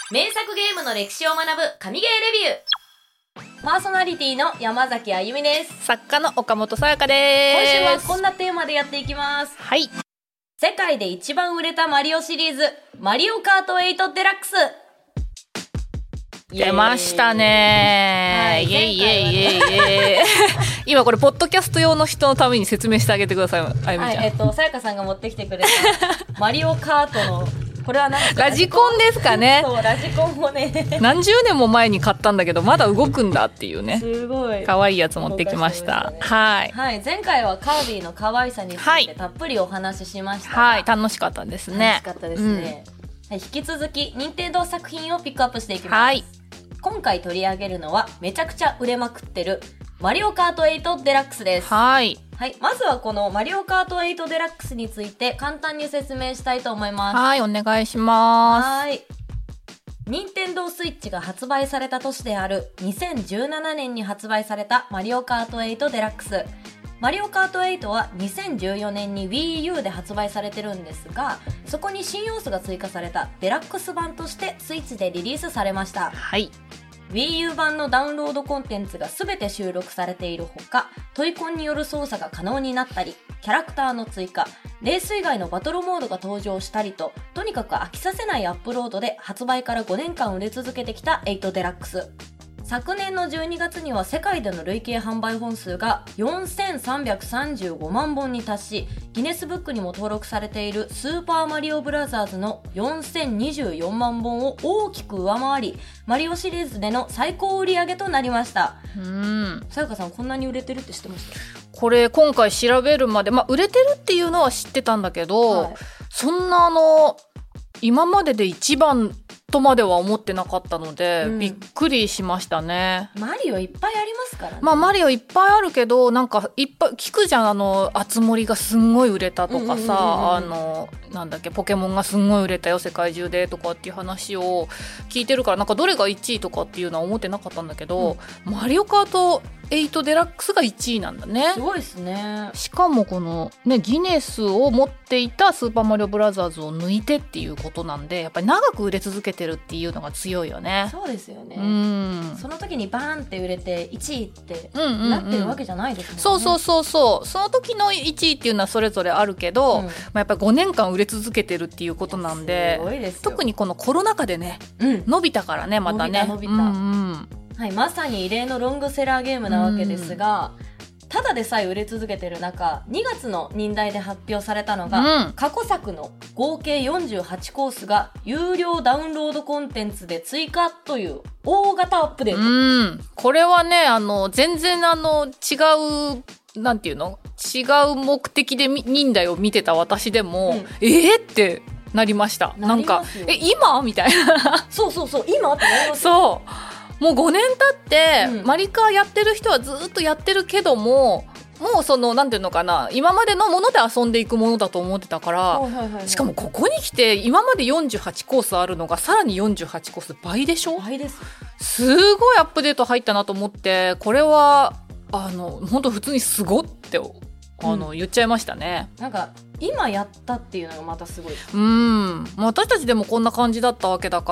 名作ゲームの歴史を学ぶ神ゲーレビュー。パーソナリティの山崎あゆみです。 作家の岡本さやかです。 今週はこんなテーマでやっていきます。 はい。 世界で一番売れたマリオシリーズ、マリオカート8デラックス。 出ましたね、 はい、 イエイイエイイエイイエイ今これポッドキャスト用の人のために説明してあげてください、あゆみちゃん。 はい、さやかさんが持ってきてくれたマリオカートのこれは何ですか？ ラジコンですかね。 そう、ラジコンもね何十年も前に買ったんだけどまだ動くんだっていうね、 すごい可愛いやつ持ってきました。はい、 はい、前回はカービィの可愛さについてたっぷりお話ししましたが、 はい、楽しかったですね。 楽しかったですね、はい、引き続き任天堂作品をピックアップしていきます。 はい、 今回取り上げるのはめちゃくちゃ売れまくってるマリオカート8デラックスです。 はい、 はい、まずはこのマリオカート8デラックスについて簡単に説明したいと思います。 はい、お願いします。 はい、任天堂スイッチが発売された年である2017年に発売されたマリオカート8デラックス。マリオカート8は2014年に Wii U で発売されてるんですが、そこに新要素が追加されたデラックス版としてスイッチでリリースされました。 はい、 Wii U 版のダウンロードコンテンツが全て収録されているほか、トイコンによる操作が可能になったり、キャラクターの追加、レース以外のバトルモードが登場したりと、とにかく飽きさせないアップロードで発売から5年間売れ続けてきた8デラックス。昨年の12月には世界での累計販売本数が4335万本に達し、ギネスブックにも登録されているスーパーマリオブラザーズの4024万本を大きく上回り、マリオシリーズでの最高売上となりました。さやかさん、こんなに売れてるって知ってました？ これ今回調べるまで、売れてるっていうのは知ってたんだけど、はい、そんな今までで一番とまでは思ってなかったので、びっくりしましたね。 マリオいっぱいありますからね。 マリオいっぱいあるけど、なんかいっぱい聞くじゃん。あつ森がすんごい売れたとかさ、なんだっけ、ポケモンがすんごい売れたよ世界中でとかっていう話を聞いてるから、なんかどれが1位とかっていうのは思ってなかったんだけど、マリオカート8デラックスが1位なんだね。 すごいですね。 しかもこのね、ギネスを持っていたスーパーマリオブラザーズを抜いてっていうことなんで、やっぱり長く売れ続けてるっていうのが強いよね。 そうですよね。その時にバーンって売れて1位ってなってるわけじゃないですもんね。 そうその時の1位っていうのはそれぞれあるけど、やっぱり5年間売れ続けてるっていうことなんで、 すごいですよ。 特にこのコロナ禍でね、伸びたからね、またね。 伸びた。はい、まさに異例のロングセラーゲームなわけですが、ただでさえ売れ続けてる中、2月の任代で発表されたのが、過去作の合計48コースが有料ダウンロードコンテンツで追加という大型アップデート。 これはね、全然違う、なんていうの？違う目的で任代を見てた私でも、ってなりました。なんか、今？みたいな。 そう、今ってなりますよ。 そう。もう5年経って、マリカーやってる人はずっとやってるけども、もうなんていうのかな、今までのもので遊んでいくものだと思ってたから、しかもここに来て今まで48コースあるのがさらに48コース倍でしょ？ 倍です。 すごいアップデート入ったなと思って、これは本当普通にすごって言っちゃいましたね。 なんか今やったっていうのがまたすごい。 私たちでもこんな感じだったわけだから、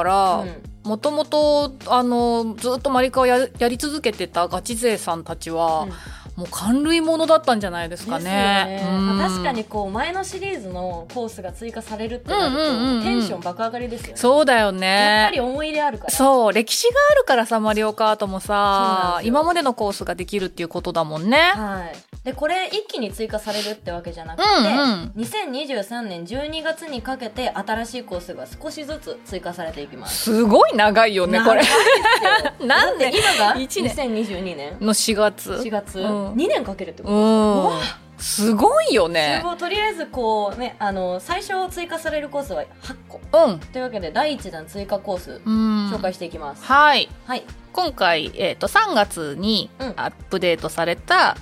もともとずっとマリカを やり続けてたガチ勢さんたちは、もう感類ものだったんじゃないですかね。 確かにこう前のシリーズのコースが追加されるってなると、テンション爆上がりですよね。 そうだよね。 やっぱり思い入れあるから。 そう、歴史があるからさ、マリオカートもさ、今までのコースができるっていうことだもんね。 はい。でこれ一気に追加されるってわけじゃなくて、2023年12月にかけて新しいコースが少しずつ追加されていきます。 すごい長いよね、これ。 なんで今が 1年 2022年の4月、 2年かけるってことですか？ すごいよね。 とりあえずこうね、最初追加されるコースは8個、というわけで第1弾追加コース紹介していきます。 はい、今回、3月にアップデートされた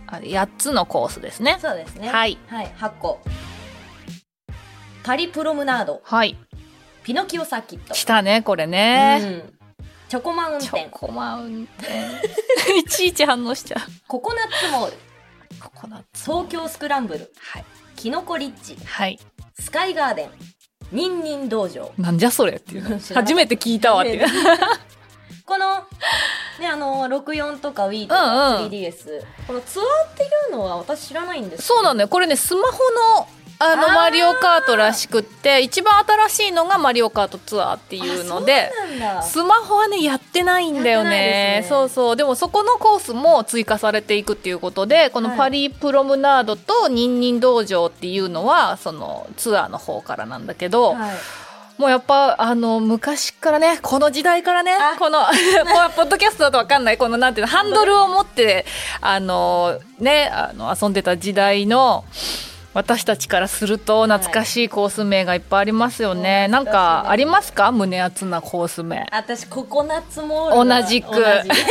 8つのコースですね。 そうですね。8個。パリプロムナード、ピノキオサーキット。 来たね、これね。 チョコマウンテン。 チョコマウンテン。いちいち反応しちゃう。 ココナッツモール。東京スクランブル。キノコリッジ。スカイガーデン。 ニンニン道場。 なんじゃそれっていう初めて聞いたわっていうこのね64とか Wii とか 3DS、このツアーっていうのは私知らないんですけど。 そうなんだよ。これねスマホのマリオカートらしくって、一番新しいのがマリオカートツアーっていうので、 そうなんだ。 スマホはねやってないんだよね。そうそう。でもそこのコースも追加されていくっていうことで、このパリプロムナードとニンニン道場っていうのはそのツアーの方からなんだけど、もうやっぱ昔からね、この時代からね、このポッドキャストだと分かんない、このなんていうの、ハンドルを持って遊んでた時代の私たちからすると懐かしいコース名がいっぱいありますよね。なんかありますか、胸熱なコース名。 私ココナッツモール。 同じくココナッツモ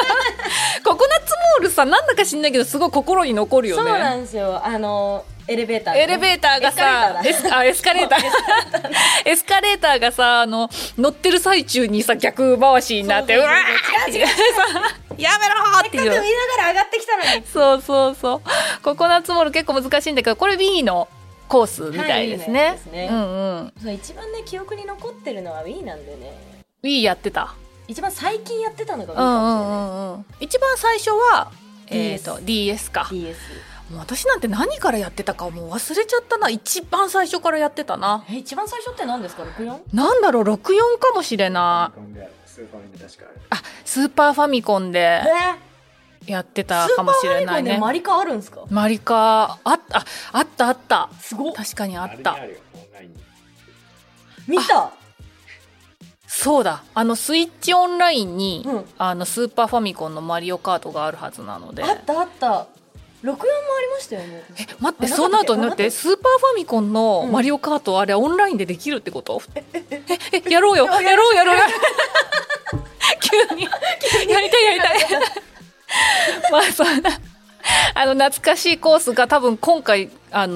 ールさ、なんだか知んないけどすごい心に残るよね。 そうなんですよ。エレベーターがさ、エスカレーターがさ、乗ってる最中にさ逆回しになって、うわーってやめろーっていう。 見ながら上がってきたのに。 そうそうそう。ココナッツモール結構難しいんだけど、これ Wii のコースみたいですね。 そう、一番ね記憶に残ってるのは Wii なんでね。 Wii やってた。 一番最近やってたのが Wii かもしれない。 一番最初は DS か。 DS。 もう私なんて何からやってたかもう忘れちゃったな。一番最初からやってたな。 一番最初って何ですか？ 64？ なんだろう、64かもしれない。スーパーファミコンでやってたかもしれないね。スーパーファミコンでマリカあるんですか？マリカあった。すごい。確かにあった。 見た。 そうだ、スイッチオンラインに、スーパーファミコンのマリオカートがあるはずなので。 あった。64もありましたよね。 待って、そうなるとだってスーパーファミコンのマリオカート、あれオンラインでできるってこと？やろうよ急にやりたいまあそんな懐かしいコースが多分今回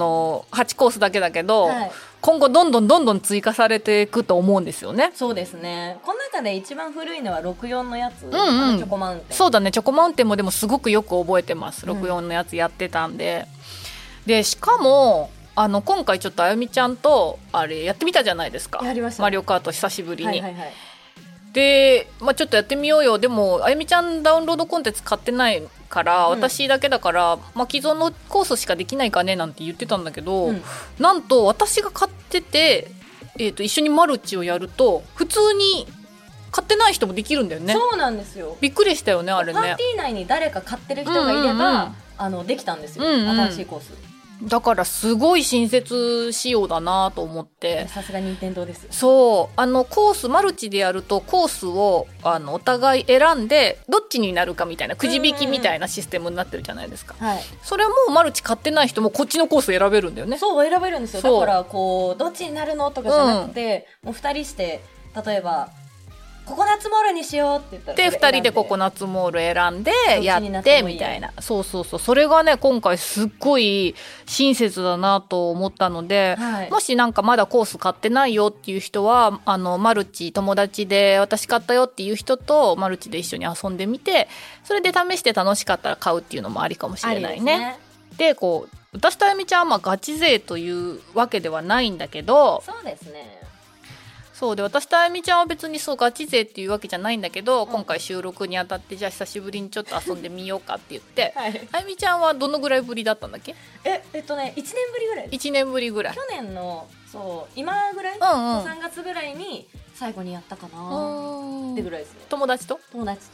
8コースだけだけど、今後どんどん追加されていくと思うんですよね。 そうですね。この中で一番古いのは64のやつ、チョコマウンテン。 そうだね、チョコマウンテンもでもすごくよく覚えてます。64のやつやってたんで。でしかも今回ちょっとあゆみちゃんとあれやってみたじゃないですか。 やりました、 マリオカート久しぶりに。で、ちょっとやってみようよ。でもあゆみちゃんダウンロードコンテンツ買ってないから、私だけだから、既存のコースしかできないかねなんて言ってたんだけど、なんと私が買ってて、一緒にマルチをやると普通に買ってない人もできるんだよね。 そうなんですよ。 びっくりしたよね、あれね。 パーティー内に誰か買ってる人がいれば、できたんですよ、新しいコース。 だからすごい親切仕様だなと思って。 さすが任天堂です。 そうコースマルチでやるとコースをお互い選んでどっちになるかみたいなくじ引きみたいなシステムになってるじゃないですか。それもマルチ買ってない人もこっちのコース選べるんだよね。 そう選べるんですよ。だからこうどっちになるのとかじゃなくて、もう2人して例えばココナッツモールにしようって言ったらで2人でココナッツモール選んでやってみたいな。そうそれがね今回すっごい親切だなと思ったので、もしなんかまだコース買ってないよっていう人はマルチ友達で私買ったよっていう人とマルチで一緒に遊んでみて、それで試して楽しかったら買うっていうのもありかもしれないね。でこう私とあゆみちゃんはガチ勢というわけではないんだけど。 そうですね。 そうで私とあゆみちゃんは別にそうガチ勢っていうわけじゃないんだけど、今回収録にあたってじゃあ久しぶりにちょっと遊んでみようかって言って、あゆみちゃんはどのぐらいぶりだったんだっけ ？1年ぶりぐらい。 1年ぶりぐらい。 去年の今ぐらい、3月ぐらいに最後にやったかなってぐらいですね。友達と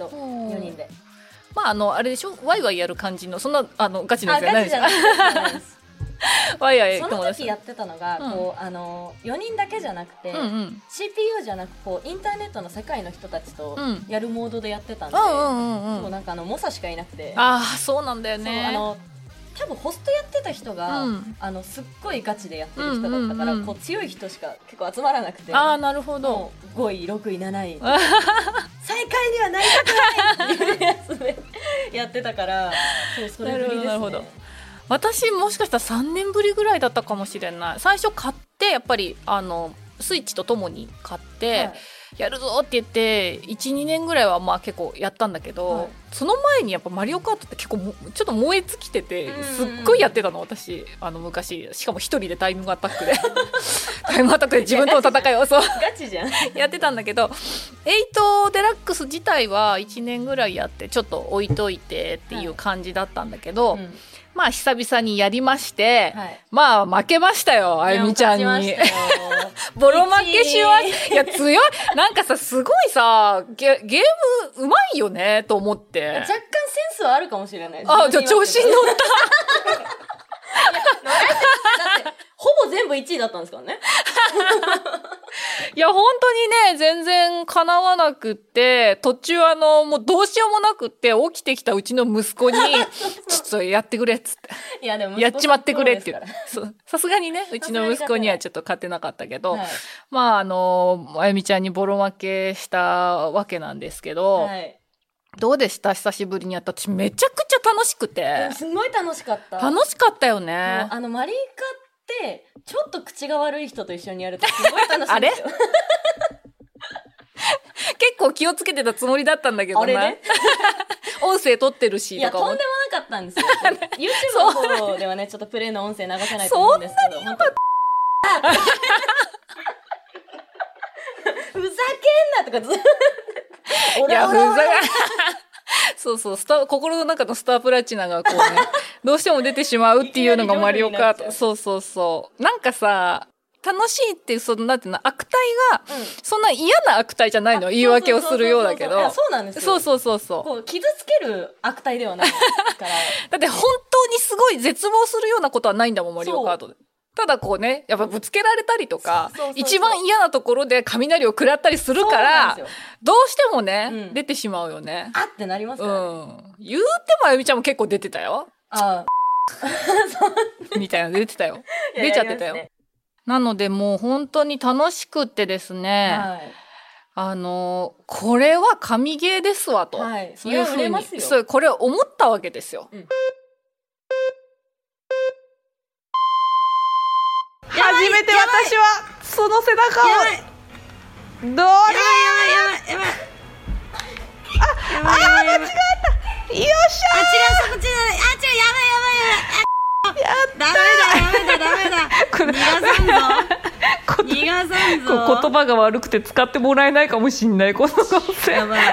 4人で。 あれでしょ、ワイワイやる感じのそんなガチのやつじゃないです。ワイワイその時やってたのが、4人だけじゃなくて、CPU じゃなくインターネットの世界の人たちとやるモードでやってたんで、そうなんか猛者しかいなくて。 そうなんだよね。 多分ホストやってた人が、すっごいガチでやってる人だったから、強い人しか結構集まらなくて。 なるほど。 5位6位7位最下位にはなりたくないっていうやつでやってたから、それぶりですね。なるほど。 私もしかしたら3年ぶりぐらいだったかもしれない。最初買ってやっぱりスイッチとともに買って、やるぞって言って 1,2 年ぐらいは結構やったんだけど、その前にやっぱマリオカートって結構ちょっと燃え尽きてて、すっごいやってたの私昔。しかも一人でタイムアタックでまたこれ自分との戦いをそうガチじゃんやってたんだけど、8デラックス自体は1年ぐらいやってちょっと置いといてっていう感じだったんだけど、まあ久々にやりまして、まあ負けましたよ、あゆみちゃんにボロ負けしました。いや強い、なんかさすごいさゲームうまいよねと思って。 若干センスはあるかもしれない。 じゃあ調子に乗っただってほぼ全部1位だったんですからねいや本当にね全然叶わなくって、途中もうどうしようもなくって起きてきたうちの息子にちょっとやってくれっつって、いやでもやっちまってくれっていう、さすがにねうちの息子にはちょっと勝てなかったけど、まああゆみちゃんにボロ負けしたわけなんですけど、どうでした？久しぶりにやった。私めちゃくちゃ楽しくて。 すごい楽しかった。 楽しかったよね。 マリカってちょっと口が悪い人と一緒にやるとすごい楽しいんですよあれ結構気をつけてたつもりだったんだけどな。あれね音声撮ってるしとか。 いやとんでもなかったんですよYouTube の方ではねちょっとプレイの音声流せないと思うんですけど、そんなにふざけんなとかずっといやふざそう心の中のスタープラチナがこうねどうしても出てしまうっていうのがマリオカート。そうなんかさ楽しいっていうなんていうの悪態が、そんな嫌な悪態じゃないの。言い訳をするようだけど。 そうなんですよ。 そうこう傷つける悪態ではないからだって本当にすごい絶望するようなことはないんだもんマリオカートで。ただこうねやっぱぶつけられたりとか一番嫌なところで雷を食らったりするからどうしてもね、出てしまうよね。 あってなりますからね。 言うてもあゆみちゃんも結構出てたよ。みたいなの出てたよ。出ちゃってたよ。なのでもう本当に楽しくってですね、これは神ゲーですわというふうに、これを思ったわけですよ。初めて私はその背中をどうだ。やばい間違えた。よっしゃー。 違うそこ違う。ダメだ逃がさんぞ。 言葉が悪くて使ってもらえないかもしんないこの音声。やばい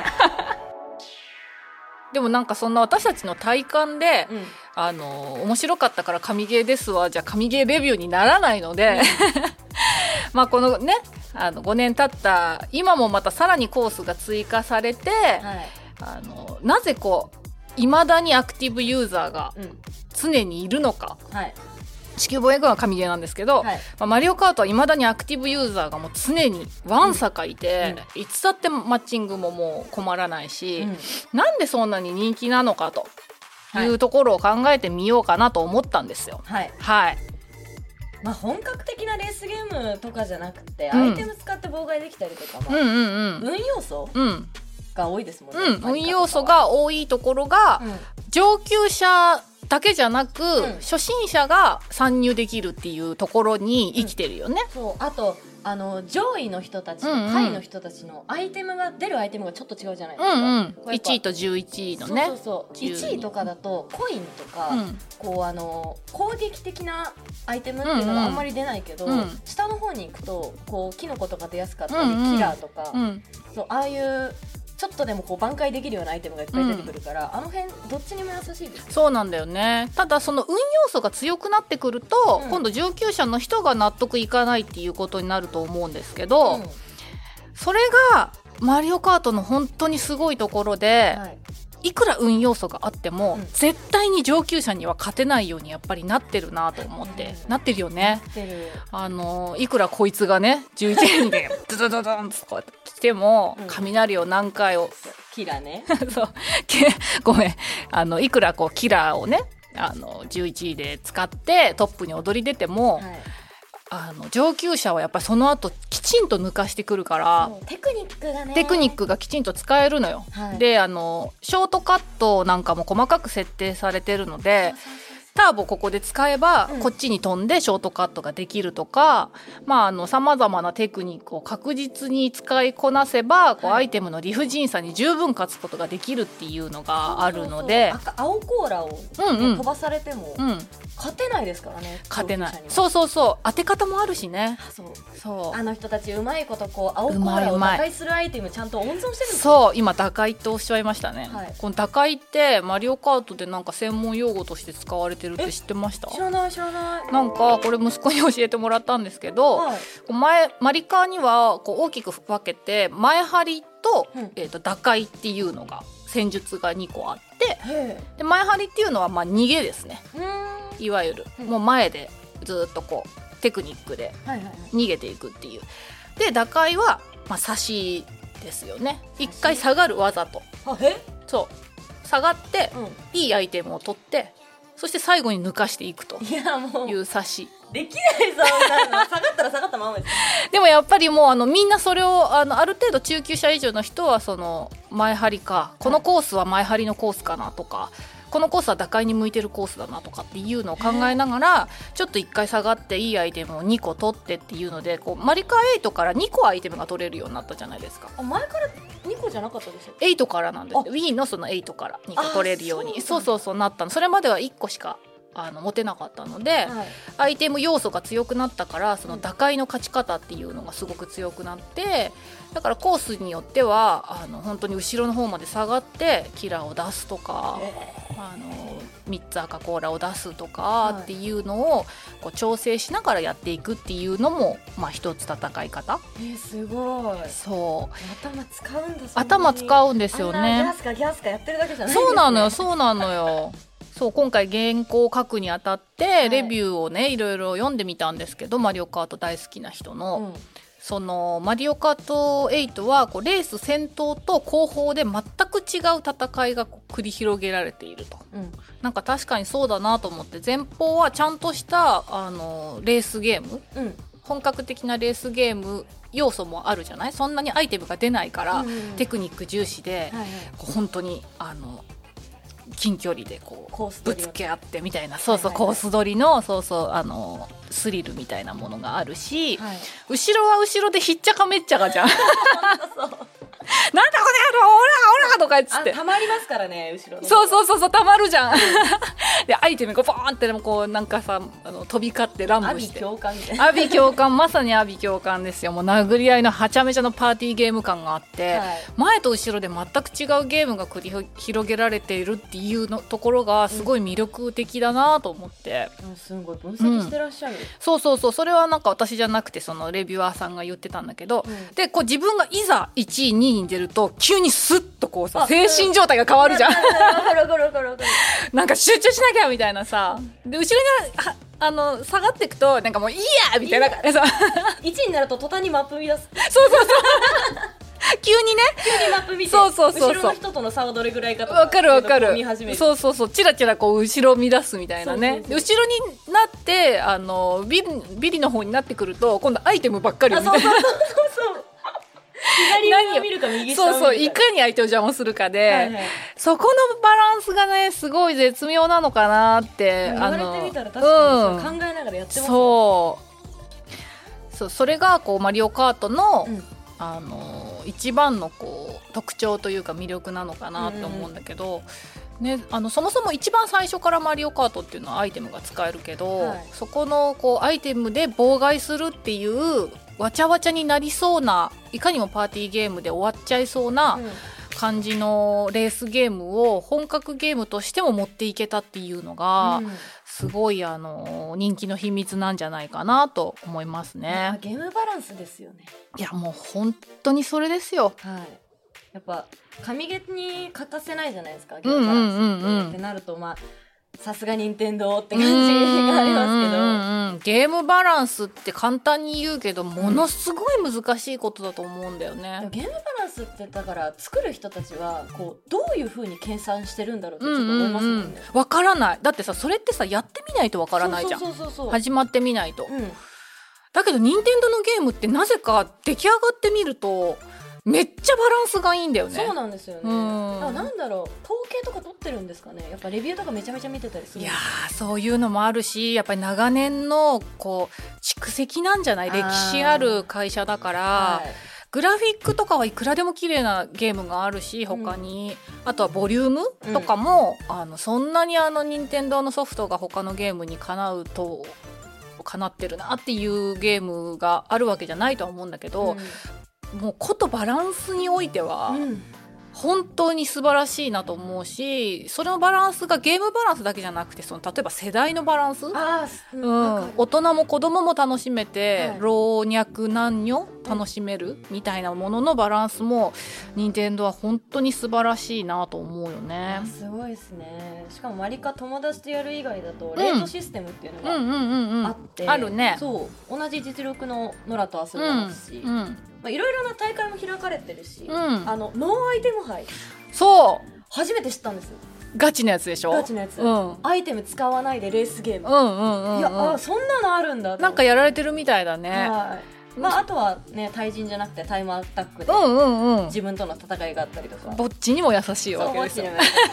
でもなんかそんな私たちの体感で、面白かったから神ゲーですわじゃあ神ゲーレビューにならないのでまあこのね5年経った今もまたさらにコースが追加されて、なぜこう未だにアクティブユーザーが常にいるのか、地球防衛軍は神ゲーなんですけど、マリオカートは未だにアクティブユーザーがもう常にわんさかいて、いつだってマッチングももう困らないし、なんでそんなに人気なのかというところを考えてみようかなと思ったんですよ。 まあ、本格的なレースゲームとかじゃなくて、アイテム使って妨害できたりとか、運要素、が多いですもんね。 運要素が多いところが、上級者だけじゃなく、初心者が参入できるっていうところに生きてるよね。 あと上位の人たちと下位の人たちのアイテムが出るアイテムがちょっと違うじゃないですか。 1位と11位のね。 1位とかだとコインとか、こう攻撃的なアイテムっていうのがあんまり出ないけど、下の方に行くとこうキノコとか出やすかったり、キラーとか、ああいうちょっとでもこう挽回できるようなアイテムがいっぱい出てくるから、あの辺どっちにも優しいです。 そうなんだよね。ただその運要素が強くなってくると、今度上級者の人が納得いかないっていうことになると思うんですけど、それがマリオカートの本当にすごいところで、いくら運要素があっても、絶対に上級者には勝てないようにやっぱりなってるなと思って、なってるよね。いくらこいつがね11人でドドドドンと来ても、雷を何回をキラーねそうごめんいくらこうキラーをね11位で使ってトップに躍り出ても、上級者はやっぱりその後きちんと抜かしてくるからテクニックがきちんと使えるのよ。でショートカットなんかも細かく設定されてるので、ターボここで使えば、こっちに飛んでショートカットができるとか、様々なテクニックを確実に使いこなせば、こうアイテムの理不尽さに十分勝つことができるっていうのがあるので、 青コーラを、飛ばされても、 勝てないですからね。 勝てない。 うそうそうそう、当て方もあるしね。 そうあの人たちうまいことこう青コーラを打開するアイテムちゃんと温存してるんですよ。 そう今打開っておっしゃいましたね、 はい、 この打開ってマリオカートでなんか専門用語として使われてるって知ってました？ 知らない知らない。 なんかこれ息子に教えてもらったんですけど、はい、マリカーにはこう大きく分けて前張りと、打開っていうのが戦術が2個あって、で前張りっていうのはまあ逃げですね。いわゆる、もう前でずっとこうテクニックで逃げていくっていう。で打開はまあ差しですよね。一回下がる技と。そう下がって、いいアイテムを取って、そして最後に抜かしていくという差し。 できないぞ下がったら下がったままです。 でもやっぱりもうみんなそれをある程度中級者以上の人はその前張りか、このコースは前張りのコースかなとか、このコースは打開に向いてるコースだなとかっていうのを考えながら、ちょっと1回下がっていいアイテムを2個取ってっていうので、こうマリカ8から2個アイテムが取れるようになったじゃないですか。 前から2個じゃなかったですよ。 8からなんですよ。Wii のその8から2個取れるようにそうなったの。それまでは1個しか持てなかったので、アイテム要素が強くなったから、その打開の勝ち方っていうのがすごく強くなって、だからコースによっては本当に後ろの方まで下がってキラーを出すとか、3つ赤コーラを出すとかっていうのをこう調整しながらやっていくっていうのも、まあ、一つ戦い方。 すごい。 そう頭使うんだ。 頭使うんですよね。 ギャスかやってるだけじゃないんですね。 そうなのよそう今回原稿を書くにあたってレビューをね、いろいろ読んでみたんですけど、マリオカート大好きな人の、そのマリオカート8はこうレース先頭と後方で全く違う戦いが繰り広げられていると、なんか確かにそうだなと思って、前方はちゃんとしたレースゲーム、本格的なレースゲーム要素もあるじゃない。そんなにアイテムが出ないから、テクニック重視で、こう本当に近距離でこうぶつけ合ってみたいな、コース取りのスリルみたいなものがあるし、後ろは後ろでひっちゃかめっちゃかじゃんなんだこの野郎オラとか言ってたまりますからね、後ろの。 そうたまるじゃんでアイテムがボーンってこうなんかさ飛び交って乱舞して、阿鼻教官まさに阿鼻教官ですよ。もう殴り合いのはちゃめちゃのパーティーゲーム感があって、前と後ろで全く違うゲームが繰り広げられているっていうのところがすごい魅力的だなと思って、 すごい分析してらっしゃる。 そうそれはなんか私じゃなくてそのレビュアーさんが言ってたんだけど、でこう自分がいざ1位2位に出ると急にスッとこうさ精神状態が変わるじゃんなんか集中しなきゃみたいなさ、で後ろに下がっていくとなんかもういいやみたいな1 位になると途端にマップ見出す。 そう急にマップ見て、 後ろの人との差はどれぐらいかとかわかる見始める。 そうチラチラこう後ろを見出すみたいなね。後ろになってビリの方になってくると今度アイテムばっかりを見て左を見るか右下を見るか、 いかに相手を邪魔するかで、そこのバランスがねすごい絶妙なのかなって言われてみたら確かに考えながらやってますね。それがこうマリオカートの、一番のこう特徴というか魅力なのかなって思うんだけど、そもそも一番最初からマリオカートっていうのはアイテムが使えるけど、そこのこうアイテムで妨害するっていうわちゃわちゃになりそうな、いかにもパーティーゲームで終わっちゃいそうな感じのレースゲームを本格ゲームとしても持っていけたっていうのが、すごい人気の秘密なんじゃないかなと思いますね。 ゲームバランスですよね。 いやもう本当にそれですよ。 やっぱ神ゲーに欠かせないじゃないですか、ゲームバランスってなると、さすが任天堂って感じがありますけど、 ゲームバランスって簡単に言うけどものすごい難しいことだと思うんだよね。 ゲームバランスってだから作る人たちはこうどういう風に計算してるんだろうってちょっと思いますもんね。 わからない。だってさそれってさやってみないとわからないじゃん。始まってみないと、だけど任天堂のゲームってなぜか出来上がってみるとめっちゃバランスがいいんだよね。 そうなんですよね。なんだろう、統計とか取ってるんですかね。やっぱレビューとかめちゃめちゃ見てたりする。 いやそういうのもあるし、やっぱり長年のこう蓄積なんじゃない。歴史ある会社だから、 グラフィックとかはいくらでも綺麗なゲームがあるし他に、あとはボリュームとかも、そんなに任天堂のソフトが他のゲームにかなうとかなってるなっていうゲームがあるわけじゃないとは思うんだけど、もうことバランスにおいては、本当に素晴らしいなと思うし、そのバランスがゲームバランスだけじゃなくて、例えば世代のバランス、大人も子供も楽しめて、老若男女楽しめるみたいなもののバランスも任天堂は本当に素晴らしいなと思うよね。 すごいですね。しかもマリカ友達とやる以外だとレートシステムっていうのがあって、 あるね。 そう同じ実力のノラと遊べますし、いろいろな大会も開かれてるし、ノーアイテム杯、 そう初めて知ったんですよ。 ガチのやつでしょ。 ガチのやつ、アイテム使わないでレースゲーム、いやそんなのあるんだ。 なんかやられてるみたいだね。 あとはね、対人じゃなくてタイムアタックで自分との戦いがあったりとか、 ぼっちにも優しいわけですよ。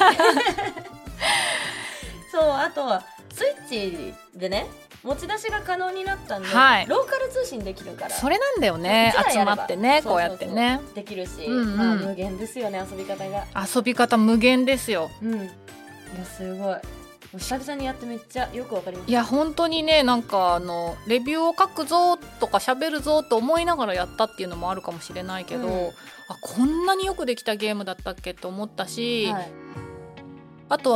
そう、あとはスイッチでね持ち出しが可能になったんで、ローカル通信できるから、それなんだよね。集まってね、こうやってねできるし、無限ですよね、遊び方が。 遊び方無限ですよ。 いやすごい、久々にやってめっちゃよくわかりました。 いや本当にね、なんかレビューを書くぞとか喋るぞと思いながらやったっていうのもあるかもしれないけど、こんなによくできたゲームだったっけって思ったし、あとは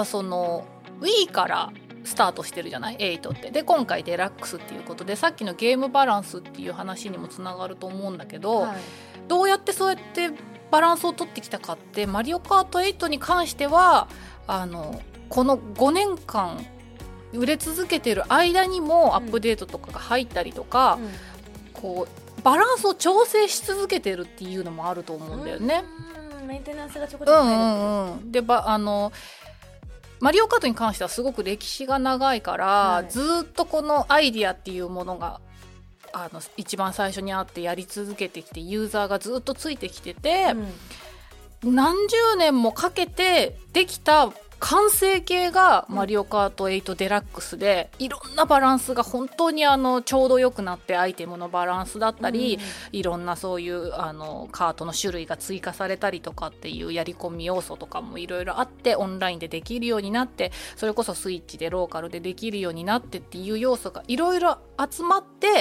Wii からスタートしてるじゃない、8って。で今回デラックスっていうことで、さっきのゲームバランスっていう話にもつながると思うんだけど、どうやってそうやってバランスを取ってきたかって、マリオカート8に関してはこの5年間売れ続けてる間にもアップデートとかが入ったりとか、こうバランスを調整し続けてるっていうのもあると思うんだよね。 メンテナンスがちょこちょこ入る。 でマリオカートに関してはすごく歴史が長いから、ずっとこのアイディアっていうものが一番最初にあってやり続けてきて、ユーザーがずっとついてきてて、何十年もかけてできた完成形がマリオカート8デラックスで、いろんなバランスが本当にちょうど良くなって、アイテムのバランスだったり、いろんなそういうカートの種類が追加されたりとかっていうやり込み要素とかもいろいろあって、オンラインでできるようになって、それこそスイッチでローカルでできるようになってっていう要素がいろいろ集まって、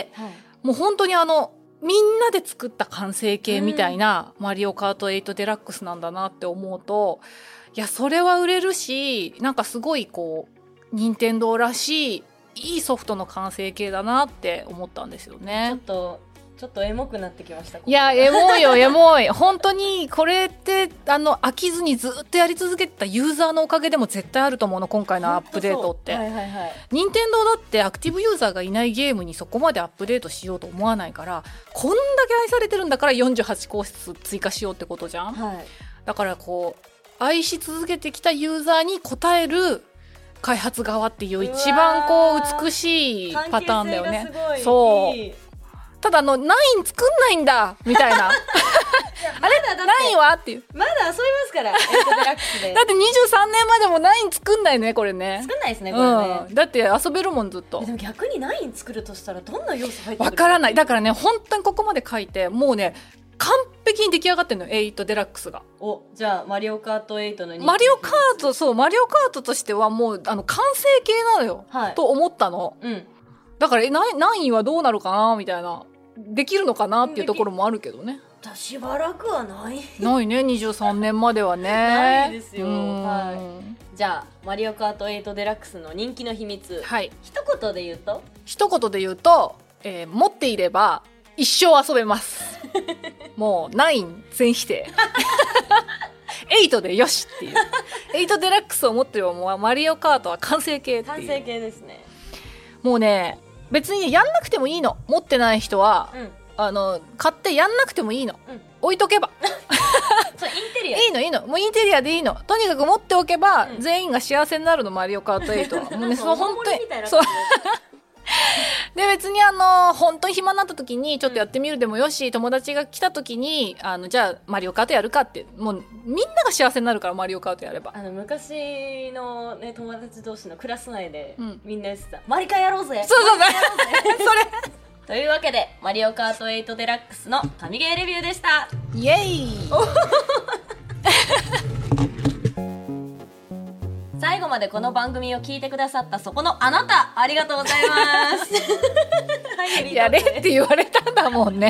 もう本当にみんなで作った完成形みたいなマリオカート8デラックスなんだなって思うと、いやそれは売れるし、なんかすごいこう任天堂らしいいいソフトの完成形だなって思ったんですよね。 ちょっとエモくなってきました。 いやエモいよエモい。本当にこれって飽きずにずっとやり続けてたユーザーのおかげでも絶対あると思うの、今回のアップデートって。任天堂だってアクティブユーザーがいないゲームにそこまでアップデートしようと思わないから、こんだけ愛されてるんだから48コース追加しようってことじゃん、だからこう愛し続けてきたユーザーに応える開発側っていう一番こう美しいパターンだよね。そうただ9作んないんだみたいなあれ9はっていう、 まだ遊びますからデラックスでだって23年までも9作んないねこれね。 作んないですねこれね、 だって遊べるもんずっと。 でも逆に9作るとしたらどんな要素入ってくるわからない。だからね本当にここまで書いてもうね完璧に出来上がってるの8デラックスが。 じゃあマリオカート8のマリオカートとしてはもう完成形なのよ、と思ったの、だから9はどうなるかなみたいな、できるのかなっていうところもあるけどね。 しばらくはないないね23年まではねないですよ。じゃあマリオカート8デラックスの人気の秘密、一言で言うと、 持っていれば一生遊べますもう9全否定8でよしっていう8デラックスを持ってればもうマリオカートは完成形っていう。 完成形ですね。もうね別にやんなくてもいいの。持ってない人は、買ってやんなくてもいいの、置いとけばそうインテリアいいのもうインテリアでいいの。とにかく持っておけば、全員が幸せになるのマリオカート8はもうねそう本当にそうで別に本当に暇になった時にちょっとやってみるでもよし、友達が来た時にじゃあマリオカートやるかって、もうみんなが幸せになるからマリオカートやれば。 昔の、ね、友達同士のクラス内で、みんな言ってたマリカやろうぜそうそれというわけでマリオカート8デラックスの神ゲーレビューでした。 イエイ最後までこの番組を聞いてくださったそこのあなた、ありがとうございますはい、 やれって言われたんだもんね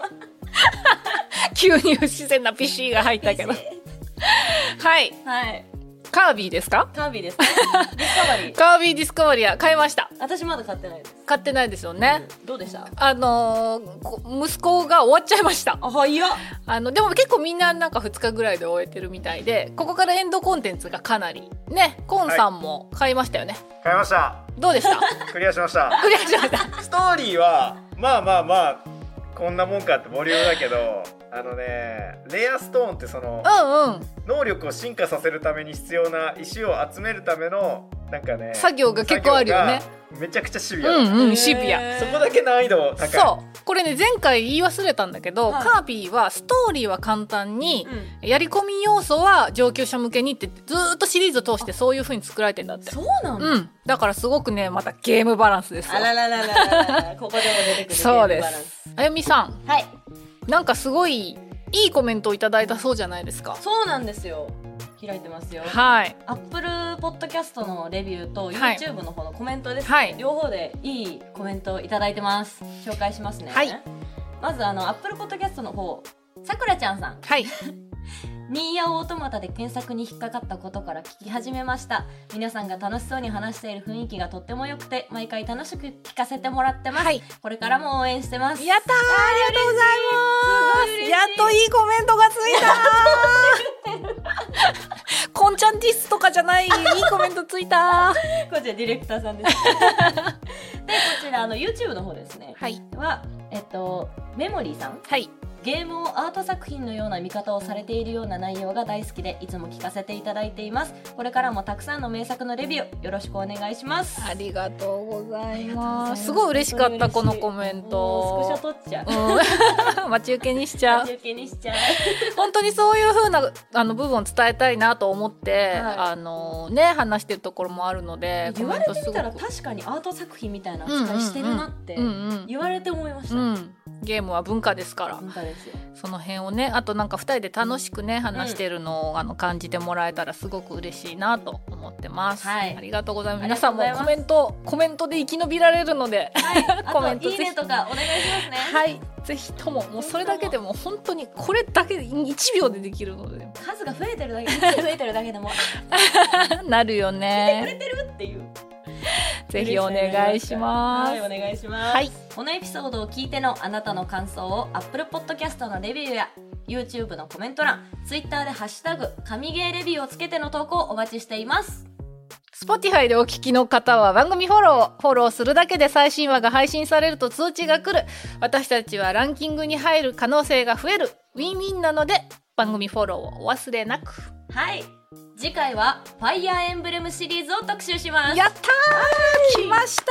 急に不自然なピシーが入ったけどはい、 はい、 カービィですか？ カービィですねディスカバリー。 カービィディスカバリア買いました。 私まだ買ってないです。 買ってないですよね、 どうでした？ 息子が終わっちゃいました。 早っ。 でも結構みんななんか2日ぐらいで終えてるみたいで、ここからエンドコンテンツがかなりね。コンさんも買いましたよね。 買いました。 どうでしたクリアしましたクリアしましたストーリーはまあこんなもんかってボリュームだけど、レアストーンってその、能力を進化させるために必要な石を集めるためのなんかね作業が結構あるよね。 めちゃくちゃシビア、 シビア。 そこだけ難易度高い。 そうこれね、前回言い忘れたんだけど、カービィはストーリーは簡単に、やり込み要素は上級者向けにってずーっとシリーズ通してそういう風に作られてんだって。 そうなんだ、 だからすごくね、またゲームバランスですよ。 あららららここでも出てくるそうです。あゆみさん、 はい、 なんかすごいいいコメントをいただいたそうじゃないですか。 そうなんですよ。開いてますよ。 はい。 Apple Podcast のレビューと YouTube の方のコメントですね、 はい、 両方でいいコメントをいただいてます。紹介しますね。 はい。 まずApple Podcast の方、さくらちゃんさん。 はい。 ニーヤオートマタで検索に引っかかったことから聞き始めました。皆さんが楽しそうに話している雰囲気がとっても良くて、毎回楽しく聞かせてもらってます、はい、これからも応援してます。 やったー、ありがとうございます。やっといいコメントがついたこんちゃんディスとかじゃない、いいコメントついたこちらディレクターさんですで、こちらYouTube の方ですね、 はい、 はメモリーさん、 はい、 ゲームをアート作品のような見方をされているような内容が大好きで、いつも聞かせていただいています。これからもたくさんの名作のレビューよろしくお願いします。 ありがとうございます。すごい嬉しかった、このコメント。 スクショ撮っちゃう、 待ち受けにしちゃう。 待ち受けにしちゃう本当にそういう風な部分を伝えたいなと思って、話してるところもあるので、 言われてみたら確かにアート作品みたいな扱いしてるなって言われて思いました。 ゲームは文化ですから。 文化ですよ。 その辺をね、あとなんか2人で楽しくね話してるのを感じてもらえたらすごく嬉しいなと思ってます、はい、ありがとうございます。皆さんもコメントで生き延びられるので、 はい、コメントいいねとかお願いしますね。 はい、ぜひとも、もうそれだけでも本当にこれだけで1秒でできるので、 数が増えてるだけ1増えてるだけでもなるよね。 見てくれてるっていうぜひお願いします。 はい、お願いします、はい、このエピソードを聞いてのあなたの感想を Apple Podcast のレビューや YouTube のコメント欄、Twitter でハッシュタグ神ゲーレビューをつけての投稿をお待ちしています。 Spotify でお聞きの方は番組フォローするだけで最新話が配信されると通知が来る。私たちはランキングに入る可能性が増えるウィンウィンなので、番組フォローをお忘れなく。 はい、次回はファイアーエンブレムシリーズを特集します。 やったー、来ました。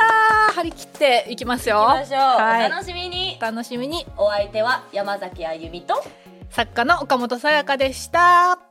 張り切っていきますよ。 行きましょう、はい、お楽しみに。 楽しみに。 お相手は山崎あゆみと作家の岡本さやかでした。